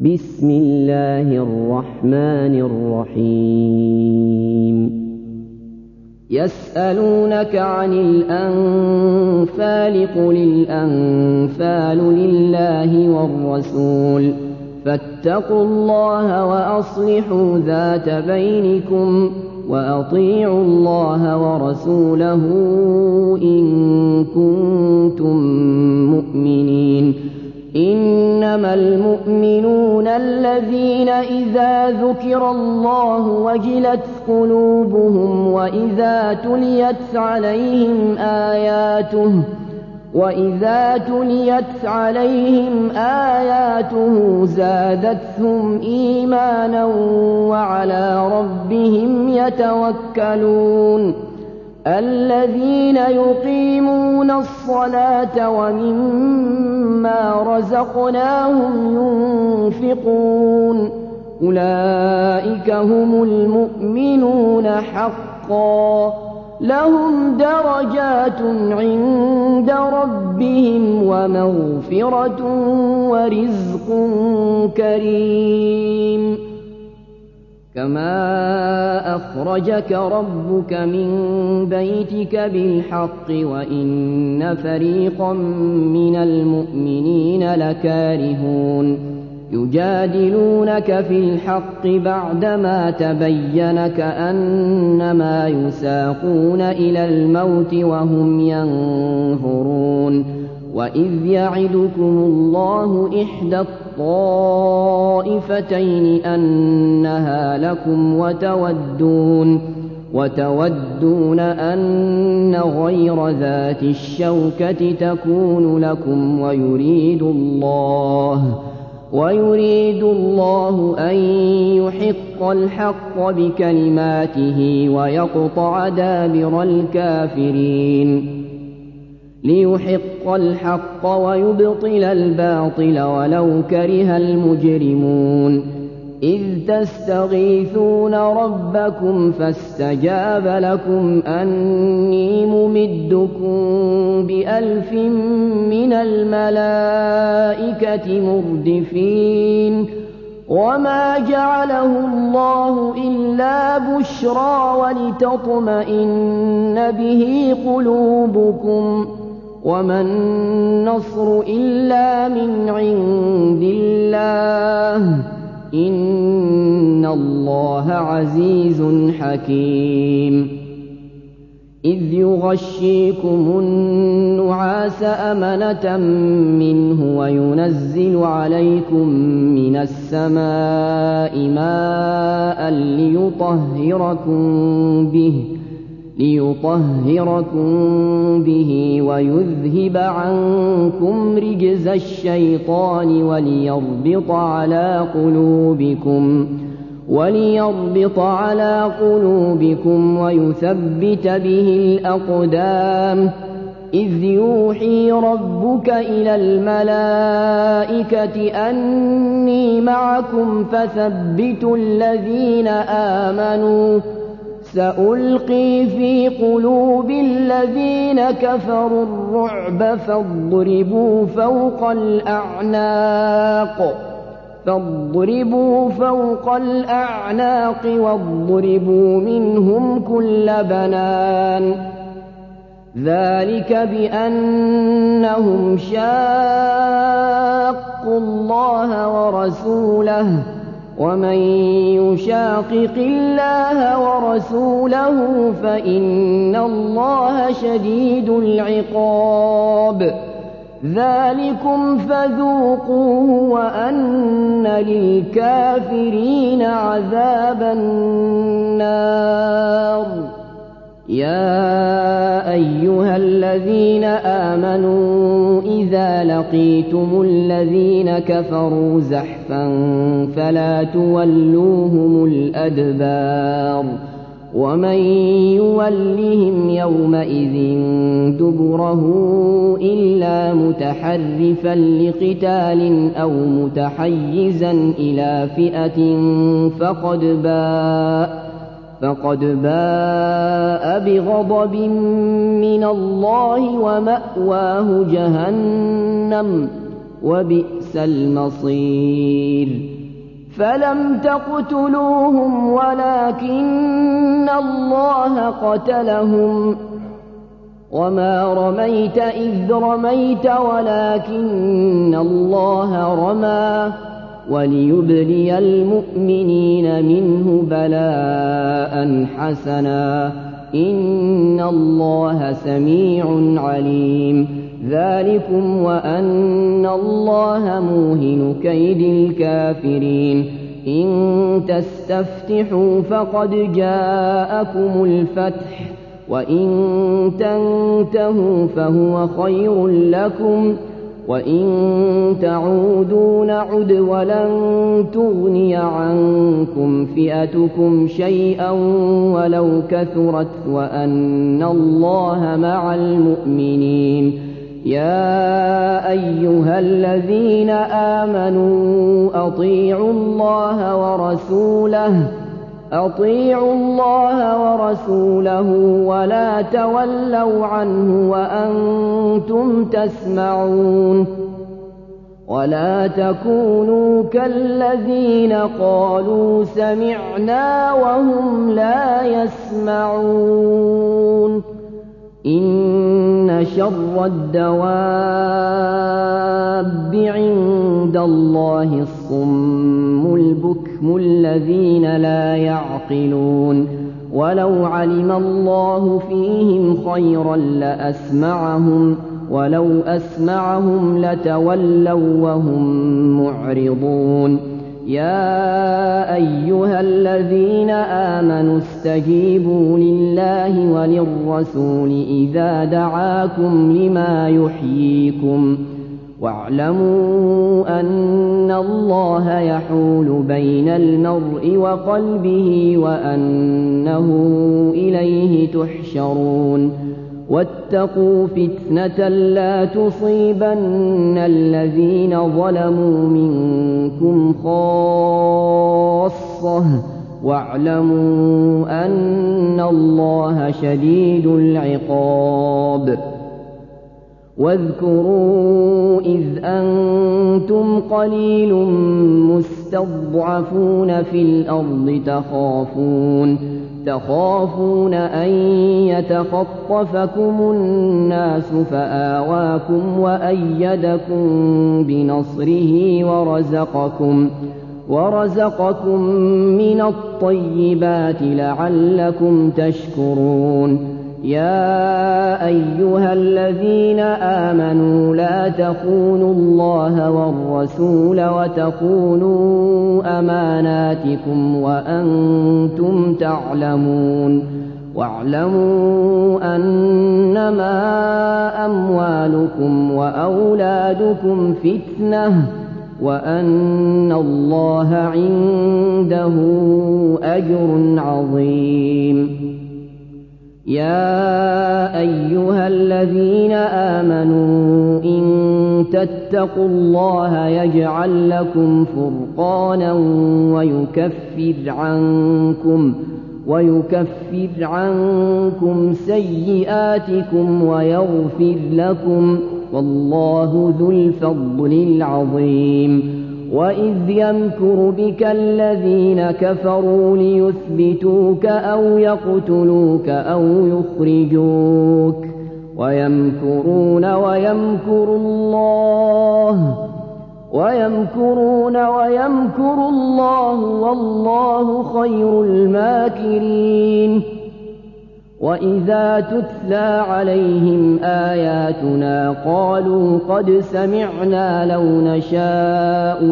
بسم الله الرحمن الرحيم يسألونك عن الأنفال قل الأنفال لله والرسول فاتقوا الله وأصلحوا ذات بينكم وأطيعوا الله ورسوله إن كنتم مؤمنين إنما المؤمنون الذين إذا ذكر الله وجلت قلوبهم وإذا تليت عليهم آياته زادتهم إيمانا وعلى ربهم يتوكلون الذين يقيمون الصلاة ومما رزقناهم ينفقون أولئك هم المؤمنون حقا لهم درجات عند ربهم ومغفرة ورزق كريم كما أخرجك ربك من بيتك بالحق وإن فريقا من المؤمنين لكارهون يجادلونك في الحق بعدما تبين كأنما يساقون إلى الموت وهم ينظرون وإذ يعدكم الله إحدى الطائفتين أنها لكم وتودون أن غير ذات الشوكة تكون لكم ويريد الله أن يحق الحق بكلماته ويقطع دابر الكافرين ليحق الحق ويبطل الباطل ولو كره المجرمون إذ تستغيثون ربكم فاستجاب لكم أني ممدكم ب1000 من الملائكة مردفين وما جعله الله إلا بشرى ولتطمئن به قلوبكم وما النصر إلا من عند الله إن الله عزيز حكيم إذ يغشيكم النعاس أمنة منه وينزل عليكم من السماء ماء ليطهركم به ويذهب عنكم رجز الشيطان وليربط على قلوبكم ويثبت به الأقدام إذ يوحي ربك إلى الملائكة أني معكم فثبتوا الذين آمنوا سألقي في قلوب الذين كفروا الرعب فاضربوا فوق الأعناق واضربوا منهم كل بنان ذلك بأنهم شاقوا الله ورسوله ومن يشاقق الله ورسوله فإن الله شديد العقاب ذلكم فذوقوه وأن للكافرين عذاب النار يا أيها الذين آمنوا إذا لقيتم الذين كفروا زحفا فلا تولوهم الأدبار ومن يولهم يومئذ دبره إلا متحرفا لقتال أو متحيزا إلى فئة فقد باء بغضب من الله ومأواه جهنم وبئس وبئس المصير فلم تقتلوهم ولكن الله قتلهم وما رميت إذ رميت ولكن الله رمى وليبلي المؤمنين منه بلاء حسنا إن الله سميع عليم ذلكم وأن الله موهن كيد الكافرين إن تستفتحوا فقد جاءكم الفتح وإن تنتهوا فهو خير لكم وإن تعودوا نعد ولن تغني عنكم فئتكم شيئا ولو كثرت وأن الله مع المؤمنين يا أيها الذين آمنوا أطيعوا الله ورسوله ولا تولوا عنه وأنتم تسمعون ولا تكونوا كالذين قالوا سمعنا وهم لا يسمعون إن شر الدواب عند الله الصم البكم الذين لا يعقلون ولو علم الله فيهم خيرا لأسمعهم ولو أسمعهم لتولوا وهم معرضون يا أيها الذين آمنوا استجيبوا لله وللرسول إذا دعاكم لما يحييكم واعلموا أن الله يحول بين المرء وقلبه وأنه إليه تحشرون واتقوا فتنة لا تصيبن الذين ظلموا منكم خاصة واعلموا أن الله شديد العقاب واذكروا إذ أنتم قليل مستضعفون في الأرض تخافون أن يتخطفكم الناس فآواكم وأيدكم بنصره ورزقكم من الطيبات لعلكم تشكرون يا أيها الذين آمنوا لا تخونوا الله والرسول وتخونوا أماناتكم وأنتم تعلمون واعلموا أنما أموالكم وأولادكم فتنة وأن الله عنده أجر عظيم يا أيها الذين آمنوا إن تتقوا الله يجعل لكم فرقانا ويكفر عنكم سيئاتكم ويغفر لكم والله ذو الفضل العظيم وإذ يمكر بك الذين كفروا ليثبتوك أو يقتلوك أو يخرجوك ويمكرون ويمكر الله والله خير الماكرين وإذا تتلى عليهم آياتنا قالوا قد سمعنا لو نشاء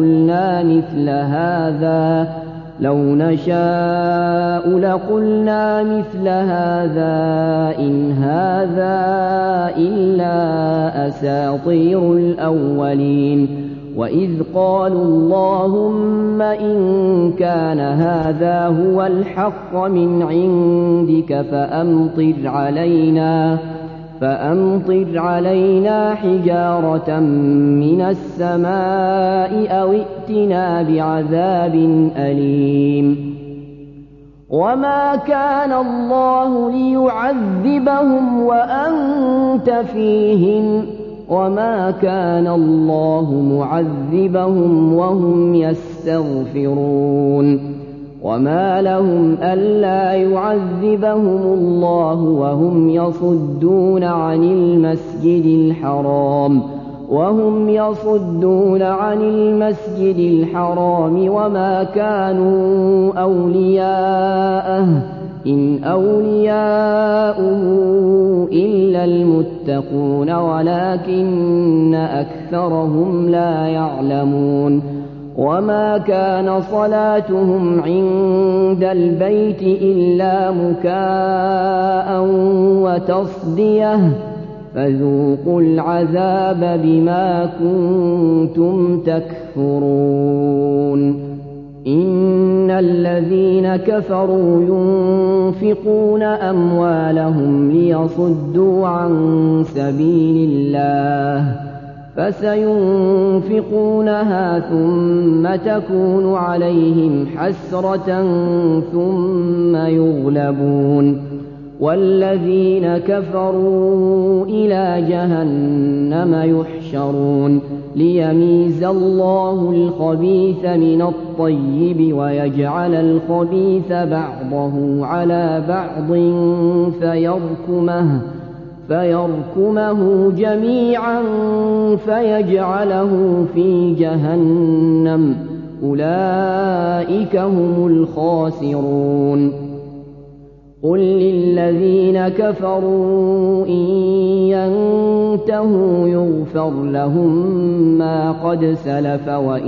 لقلنا مثل هذا إن هذا إلا أساطير الأولين وإذ قالوا اللهم إن كان هذا هو الحق من عندك فأمطر علينا حجارة من السماء أو ائتنا بعذاب أليم وما كان الله ليعذبهم وأنت فيهم وما كان الله معذبهم وهم يستغفرون وما لهم ألا يعذبهم الله وهم يصدون عن المسجد الحرام وما كانوا أولياءه إن أولياؤه إلا المتقون ولكن أكثرهم لا يعلمون وما كان صلاتهم عند البيت إلا مكاء وتصدية فذوقوا العذاب بما كنتم تكفرون إن الذين كفروا ينفقون أموالهم ليصدوا عن سبيل الله فسينفقونها ثم تكون عليهم حسرة ثم يغلبون والذين كفروا إلى جهنم يحشرون ليميز الله الخبيث من الطيب ويجعل الخبيث بعضه على بعض فيركمه جميعا فيجعله في جهنم أولئك هم الخاسرون قل للذين كفروا إن ينتهوا يغفر لهم ما قد سلف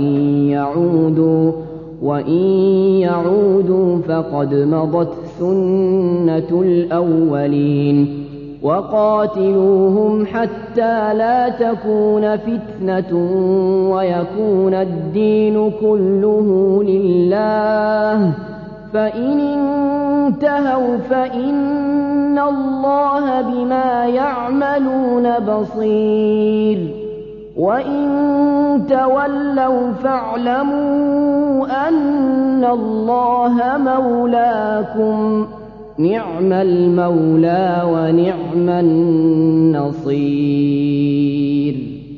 وإن يعودوا فقد مضت سنة الأولين وقاتلوهم حتى لا تكون فتنة ويكون الدين كله لله فإن انتهوا فإن الله بما يعملون بصير وإن تولوا فاعلموا أن الله مولاكم نعم المولى ونعم النصير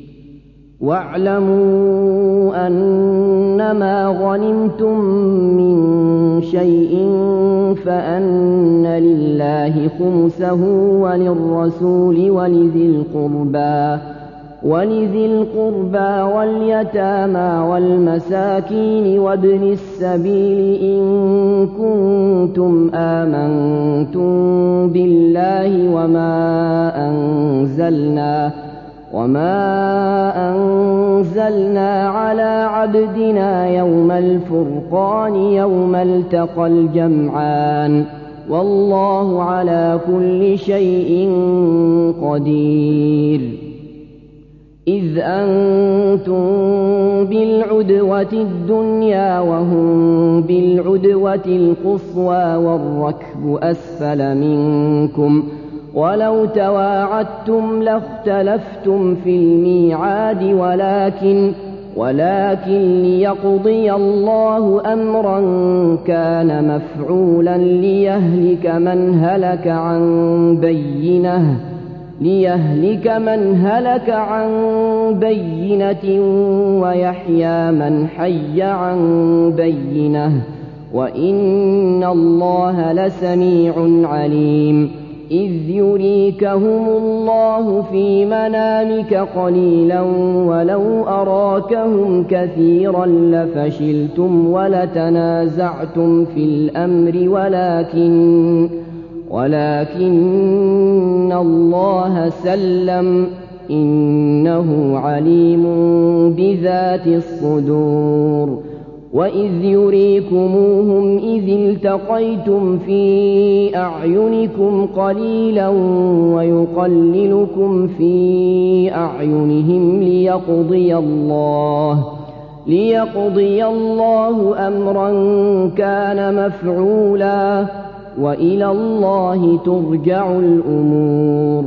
واعلموا أنما غنمتم من شيء فأن لله خمسه وللرسول ولذي القربى واليتامى والمساكين وابن السبيل إن كنتم آمنتم بالله وما أنزلنا على عبدنا يوم الفرقان يوم التقى الجمعان والله على كل شيء قدير إذ أنتم بالعدوة الدنيا وهم بالعدوة القصوى والركب أسفل منكم ولو تواعدتم لاختلفتم في الميعاد ولكن ليقضي الله أمرا كان مفعولا ليهلك من هلك عن بينة ويحيى من حي عن بينة وإن الله لسميع عليم إذ يريكهم الله في منامك قليلا ولو أراكهم كثيرا لفشلتم ولتنازعتم في الأمر ولكن الله سلم إنه عليم بذات الصدور وإذ يريكموهم إذ التقيتم في أعينكم قليلا ويقللكم في أعينهم ليقضي الله أمرا كان مفعولا وإلى الله ترجع الأمور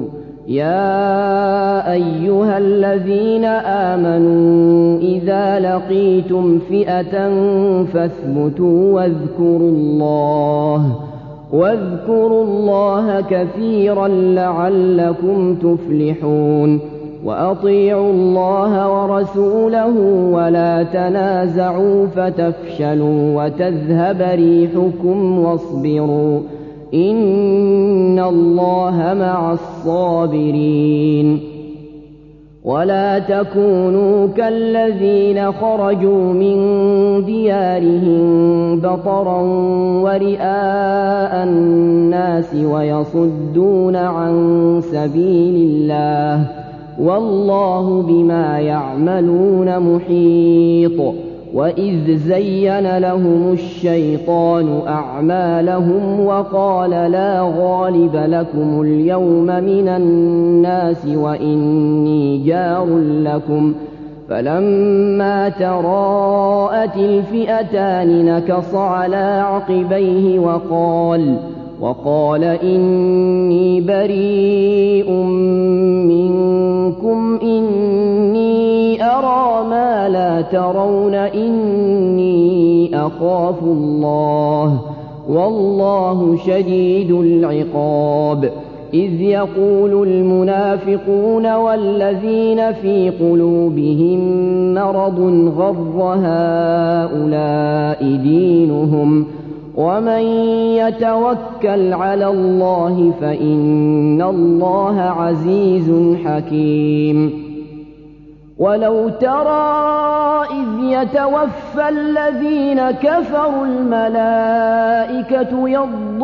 يا أيها الذين آمنوا إذا لقيتم فئة فاثبتوا واذكروا الله كثيرا لعلكم تفلحون وأطيعوا الله ورسوله ولا تنازعوا فتفشلوا وتذهب ريحكم واصبروا إن الله مع الصابرين. ولا تكونوا كالذين خرجوا من ديارهم بطرا ورئاء الناس ويصدون عن سبيل الله والله بما يعملون محيط. وإذ زين لهم الشيطان أعمالهم وقال لا غالب لكم اليوم من الناس وإني جار لكم فلما تراءت الفئتان نكص على عقبيه وقال إني بريء منكم إني أرى ما لا ترون إني أخاف الله والله شديد العقاب. إذ يقول المنافقون والذين في قلوبهم مرض غر هؤلاء دينهم ومن يتوكل على الله فإن الله عزيز حكيم. ولو ترى إذ يتوفى الذين كفروا الملائكة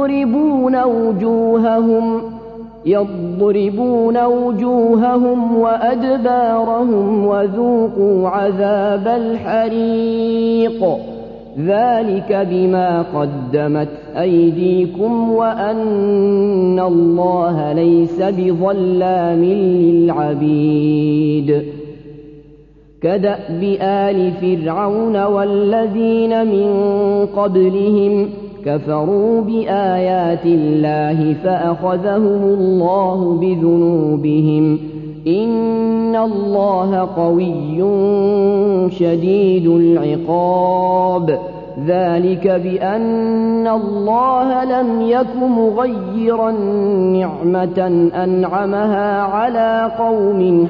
يضربون وجوههم وأدبارهم وذوقوا عذاب الحريق ذلك بما قدمت أيديكم وأن الله ليس بظلام للعبيد. كدأب آل فرعون والذين من قبلهم كفروا بآيات الله فأخذهم الله بذنوبهم إن الله قوي شديد العقاب. ذلك بأن الله لم يك مغيرا نعمة أنعمها على قوم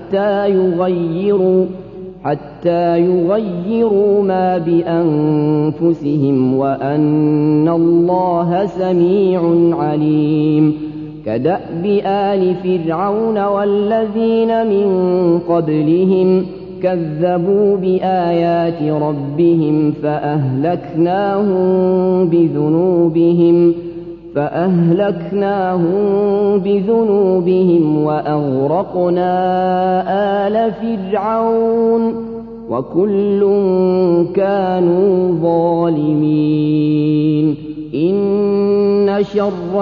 حتى يغيروا ما بأنفسهم وأن الله سميع عليم. كدأب آل فرعون والذين من قبلهم كذبوا بآيات ربهم فأهلكناهم بذنوبهم وأغرقنا آل فرعون وكل كانوا ظالمين. إن شر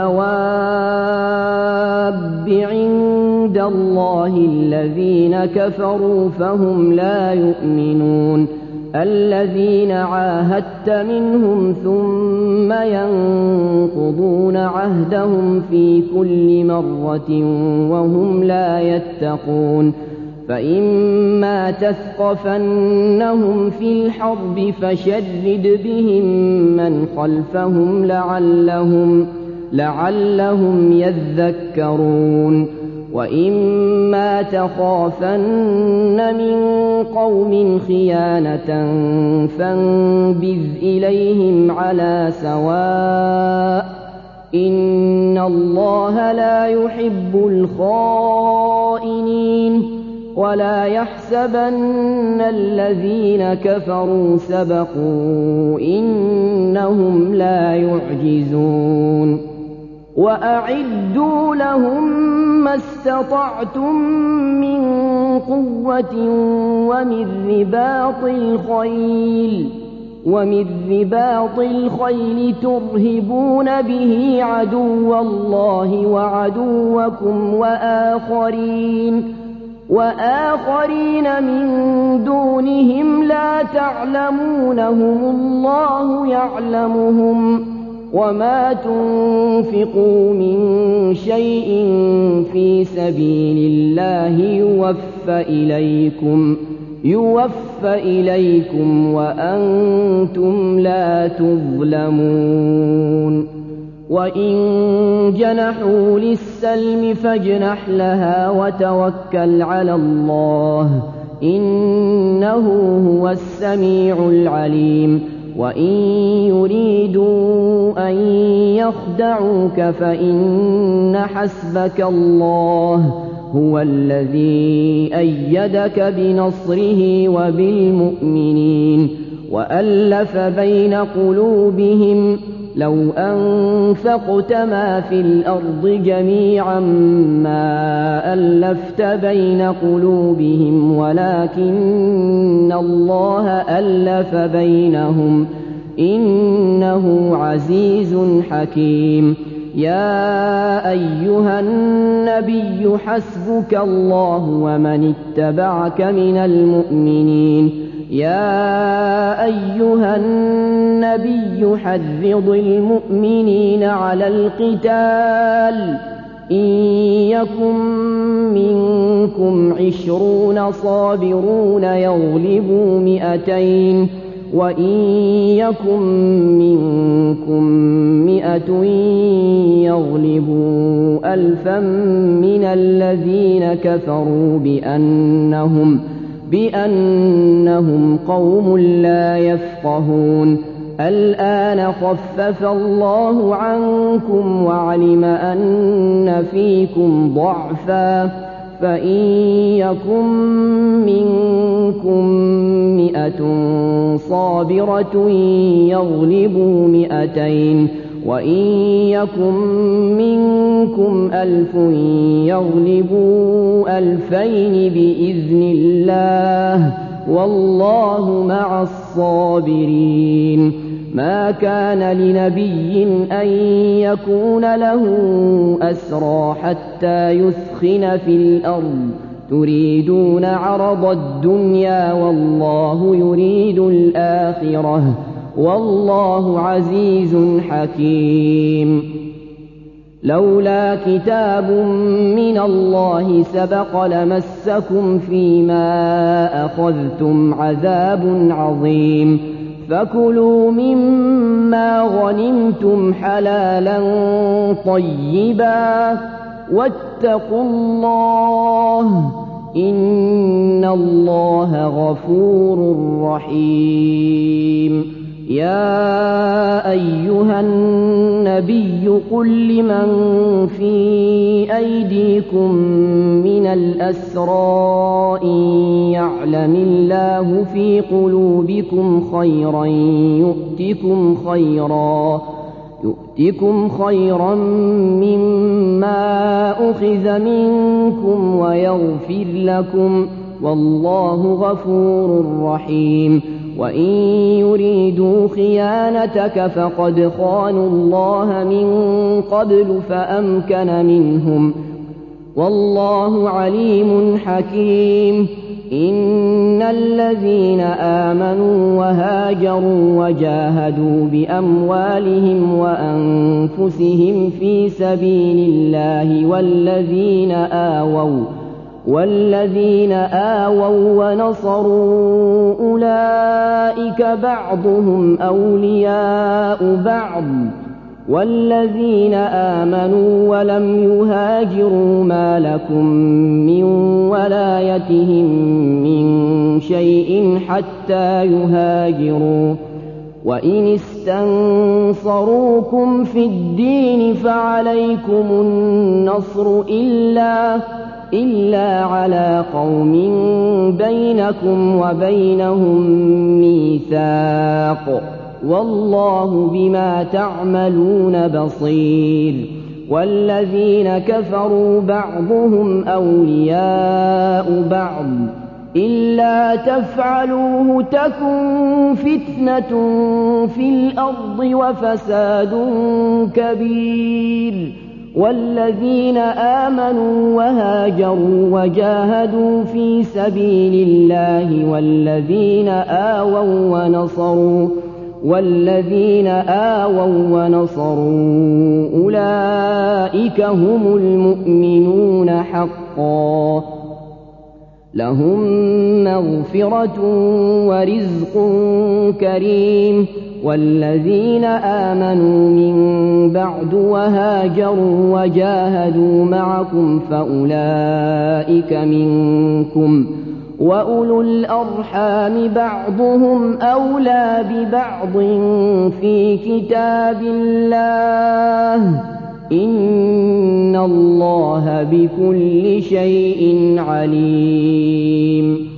الدواب عند الله الذين كفروا فهم لا يؤمنون. الذين عاهدت منهم ثم ينقضون عهدهم في كل مرة وهم لا يتقون. فإما تثقفنهم في الحرب فشرد بهم من خلفهم لعلهم يذكرون. وإما تخافن من قوم خيانة فانبذ إليهم على سواء إن الله لا يحب الخائنين. ولا يحسبن الذين كفروا سبقوا إنهم لا يعجزون. وأعدوا لهم ما استطعتم من قوة ومن رباط الخيل ترهبون به عدو الله وعدوكم وآخرين من دونهم لا تعلمونهم الله يعلمهم. وما تنفقوا من شيء في سبيل الله يوفى إليكم وأنتم لا تظلمون. وإن جنحوا للسلم فاجنح لها وتوكل على الله إنه هو السميع العليم وإن يريدوا أن يخدعوك فإن حسبك الله هو الذي أيدك بنصره وبالمؤمنين وألف بين قلوبهم لو أنفقت ما في الأرض جميعا ما ألفت بين قلوبهم ولكن الله ألف بينهم إنه عزيز حكيم يا أيها النبي حسبك الله ومن اتبعك من المؤمنين يا أيها النبي حرض المؤمنين على القتال إن يكن منكم 20 صابرون يغلبوا 200 وإن يكن منكم 100 يغلبوا 1000 من الذين كفروا بأنهم قوم لا يفقهون الآن خفف الله عنكم وعلم أن فيكم ضعفا فإن يكن منكم 100 صابرة يغلبوا 200 وإن يكن منكم 1000 يغلبوا 2000 بإذن الله والله مع الصابرين ما كان لنبي أن يكون له أسرى حتى يثخن في الأرض تريدون عرض الدنيا والله يريد الآخرة والله عزيز حكيم لولا كتاب من الله سبق لمسكم فيما أخذتم عذاب عظيم فكلوا مما غنمتم حلالا طيبا واتقوا الله إن الله غفور رحيم يا أيها النبي قل لمن في أيديكم من الأسرى إن يعلم الله في قلوبكم خيرا يؤتكم خيرا مما أخذ منكم ويغفر لكم والله غفور رحيم وإن يريدوا خيانتك فقد خانوا الله من قبل فأمكن منهم والله عليم حكيم إن الذين آمنوا وهاجروا وجاهدوا بأموالهم وأنفسهم في سبيل الله والذين آووا ونصروا أولئك بعضهم أولياء بعض والذين آمنوا ولم يهاجروا ما لكم من ولايتهم من شيء حتى يهاجروا وإن استنصروكم في الدين فعليكم النصر إلا على قوم بينكم وبينهم ميثاق والله بما تعملون بصير والذين كفروا بعضهم أولياء بعض إلا تفعلوه تكن فتنة في الأرض وفساد كبير والذين آمنوا وهاجروا وجاهدوا في سبيل الله والذين آووا ونصروا أولئك هم المؤمنون حقا لهم مغفرة ورزق كريم. والذين آمنوا من بعد وهاجروا وجاهدوا معكم فأولئك منكم، وأولو الأرحام بعضهم أولى ببعض في كتاب الله، إن الله بكل شيء عليم.